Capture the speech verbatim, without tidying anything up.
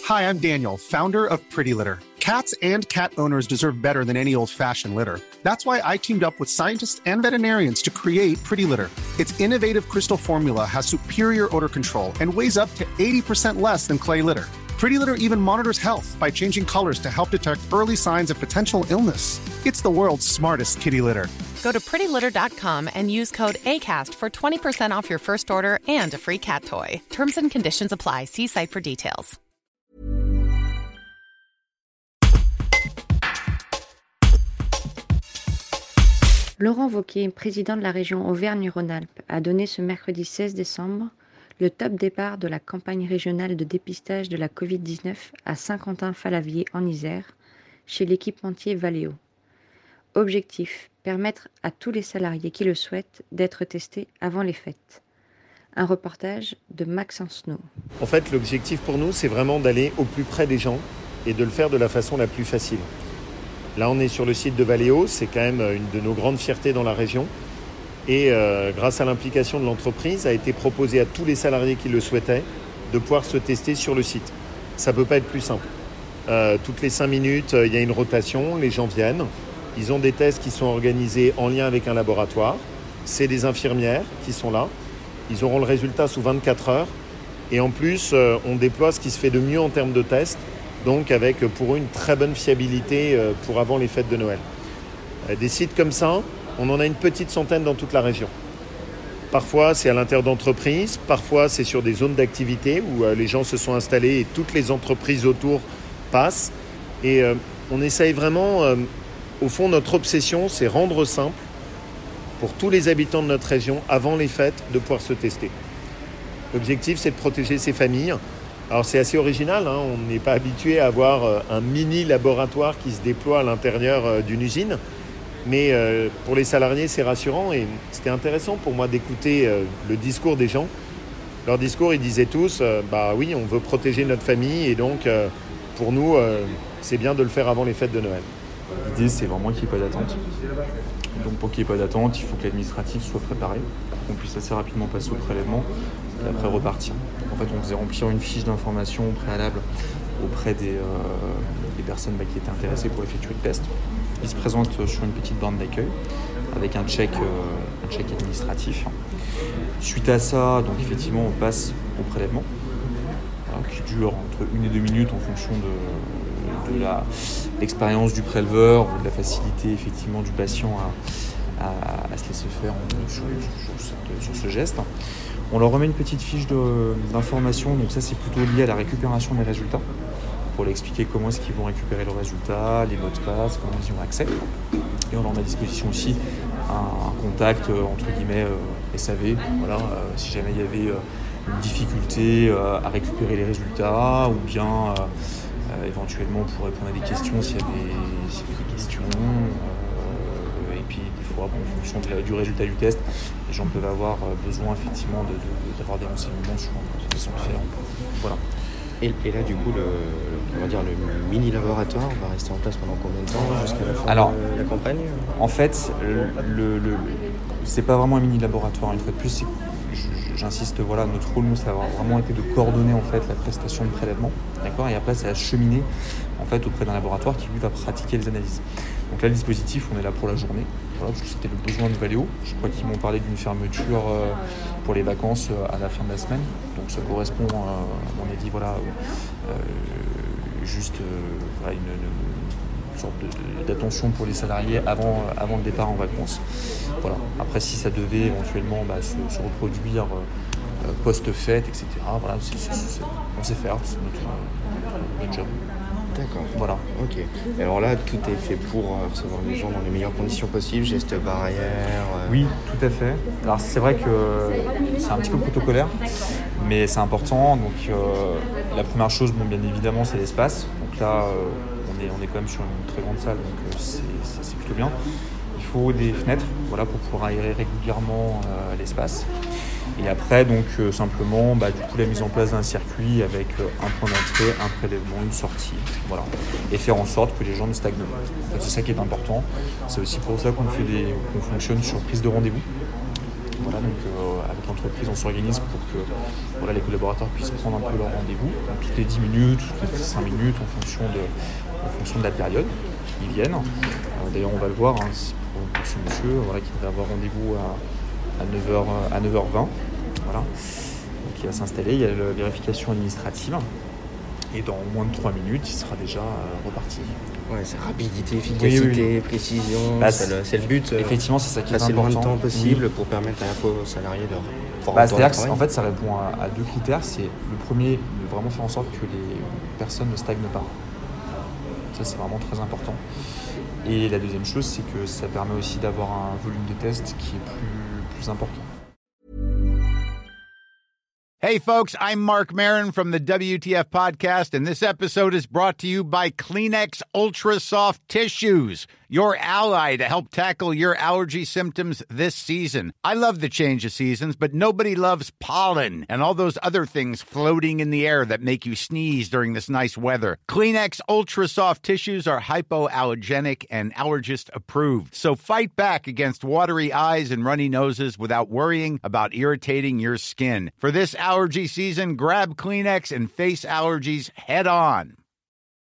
Hi, I'm Daniel, founder of Pretty Litter. Cats and cat owners deserve better than any old-fashioned litter. That's why I teamed up with scientists and veterinarians to create Pretty Litter. Its innovative crystal formula has superior odor control and weighs up to eighty percent less than clay litter. Pretty Litter even monitors health by changing colors to help detect early signs of potential illness. It's the world's smartest kitty litter. Go to pretty litter dot com and use code ACAST for twenty percent off your first order and a free cat toy. Terms and conditions apply. See site for details. Laurent Wauquiez, président de la région Auvergne-Rhône-Alpes, a donné ce mercredi seize décembre le top départ de la campagne régionale de dépistage de la covid dix-neuf à Saint-Quentin-Fallavier en Isère, chez l'équipementier Valeo. Objectif, permettre à tous les salariés qui le souhaitent d'être testés avant les fêtes. Un reportage de Maxence No. En fait, l'objectif pour nous, c'est vraiment d'aller au plus près des gens et de le faire de la façon la plus facile. Là, on est sur le site de Valeo, c'est quand même une de nos grandes fiertés dans la région. Et euh, grâce à l'implication de l'entreprise, a été proposé à tous les salariés qui le souhaitaient de pouvoir se tester sur le site. Ça ne peut pas être plus simple. Euh, toutes les cinq minutes, il y a une rotation, les gens viennent. Ils ont des tests qui sont organisés en lien avec un laboratoire. C'est des infirmières qui sont là. Ils auront le résultat sous vingt-quatre heures. Et en plus, euh, on déploie ce qui se fait de mieux en termes de tests. Donc avec pour eux une très bonne fiabilité pour avant les fêtes de Noël. Des sites comme ça, on en a une petite centaine dans toute la région. Parfois c'est à l'intérieur d'entreprises, parfois c'est sur des zones d'activité où les gens se sont installés et toutes les entreprises autour passent. Et on essaye vraiment, au fond notre obsession c'est rendre simple pour tous les habitants de notre région avant les fêtes de pouvoir se tester. L'objectif c'est de protéger ces familles. Alors c'est assez original, hein, on n'est pas habitué à avoir un mini laboratoire qui se déploie à l'intérieur d'une usine, mais euh, pour les salariés c'est rassurant et c'était intéressant pour moi d'écouter euh, le discours des gens. Leur discours ils disaient tous, euh, bah oui on veut protéger notre famille et donc euh, pour nous euh, c'est bien de le faire avant les fêtes de Noël. L'idée c'est vraiment qu'il n'y ait pas d'attente. Donc pour qu'il n'y ait pas d'attente, il faut que l'administratif soit préparé, qu'on puisse assez rapidement passer au prélèvement et après repartir. En fait, on faisait remplir une fiche d'information préalable auprès des, euh, des personnes bah, qui étaient intéressées pour effectuer le test. Ils se présentent sur une petite borne d'accueil avec un check, euh, un check administratif. Suite à ça, donc effectivement, on passe au prélèvement, voilà, qui dure entre une et deux minutes en fonction de, de la, l'expérience du préleveur ou de la facilité effectivement du patient à, à, à se laisser faire sur, sur, sur, sur ce geste. On leur remet une petite fiche de, d'information, donc ça c'est plutôt lié à la récupération des résultats, pour leur expliquer comment est-ce qu'ils vont récupérer leurs résultats, les mots de passe, comment ils y ont accès. Et on leur met à disposition aussi un, un contact, euh, entre guillemets, euh, S A V, voilà, euh, si jamais il y avait euh, une difficulté euh, à récupérer les résultats, ou bien euh, euh, éventuellement pour répondre à des questions s'il y avait, s'il y avait des questions. Euh, et puis des fois, bon, en fonction de la, du résultat du test, les gens peuvent avoir besoin effectivement de, de, d'avoir des renseignements sur la façon de faire. Voilà. Et, et là, du coup, le, on va dire le mini laboratoire va rester en place pendant combien de temps jusqu'à la fin Alors, de la campagne? En fait, le, le, le, c'est pas vraiment un mini laboratoire. Une fois de plus, c'est, j'insiste, voilà, notre rôle, nous, ça a vraiment été de coordonner en fait la prestation de prélèvement, d'accord. Et après, ça a cheminé en fait auprès d'un laboratoire qui lui va pratiquer les analyses. Donc là, le dispositif, on est là pour la journée. Voilà, parce que c'était le besoin de Valeo. Je crois qu'ils m'ont parlé d'une fermeture euh, pour les vacances euh, à la fin de la semaine. Donc ça correspond, euh, on a dit, voilà, euh, juste euh, voilà, une, une, une sorte de, de, d'attention pour les salariés avant, avant le départ en vacances. Voilà. Après, si ça devait éventuellement bah, se, se reproduire euh, post-fête, et cetera, voilà, c'est, c'est, c'est, on sait faire, c'est notre, notre, notre job. D'accord. Voilà. Ok. Et alors là, tout est fait pour recevoir les gens dans les meilleures conditions possibles, gestes barrières. Euh... Oui, tout à fait. Alors c'est vrai que c'est un petit peu protocolaire, mais c'est important. Donc euh, la première chose, bon, bien évidemment, c'est l'espace. Donc là, euh, on est on est quand même sur une très grande salle, donc euh, c'est, c'est, c'est plutôt bien. Il faut des fenêtres, voilà, pour pouvoir aérer régulièrement euh, l'espace. Et après, donc euh, simplement, bah, du coup, la mise en place d'un circuit avec euh, un point d'entrée, un prélèvement, une sortie, voilà, et faire en sorte que les gens ne stagnent pas. En fait, c'est ça qui est important. C'est aussi pour ça qu'on fait des, qu'on fonctionne sur prise de rendez-vous. Voilà, donc euh, avec l'entreprise, on s'organise pour que voilà, les collaborateurs puissent prendre un peu leur rendez-vous, donc toutes les dix minutes, toutes les cinq minutes, en fonction de, en fonction de la période ils viennent. Euh, d'ailleurs, on va le voir, hein, pour, pour ce monsieur voilà, qui devrait avoir rendez-vous à, à neuf heures, à neuf heures vingt. Voilà. Donc il va s'installer, il y a la vérification administrative. Et dans moins de trois minutes, il sera déjà euh, reparti. Ouais, c'est rapidité, efficacité, oui, oui, oui. précision, bah, c'est, le, c'est le but. Effectivement, c'est ça qui est important. Passer le moins de temps possible oui. pour permettre à la fois aux salariés de pouvoir bah, c'est-à-dire qu'en fait, ça répond à, à deux critères. C'est le premier, de vraiment faire en sorte que les personnes ne stagnent pas. Ça, c'est vraiment très important. Et la deuxième chose, c'est que ça permet aussi d'avoir un volume de tests qui est plus, plus important. Hey, folks, I'm Mark Maron from the W T F Podcast, and this episode is brought to you by Kleenex Ultra Soft Tissues, your ally to help tackle your allergy symptoms this season. I love the change of seasons, but nobody loves pollen and all those other things floating in the air that make you sneeze during this nice weather. Kleenex Ultra Soft Tissues are hypoallergenic and allergist approved, so fight back against watery eyes and runny noses without worrying about irritating your skin. For this allergy season, grab Kleenex and face allergies head on.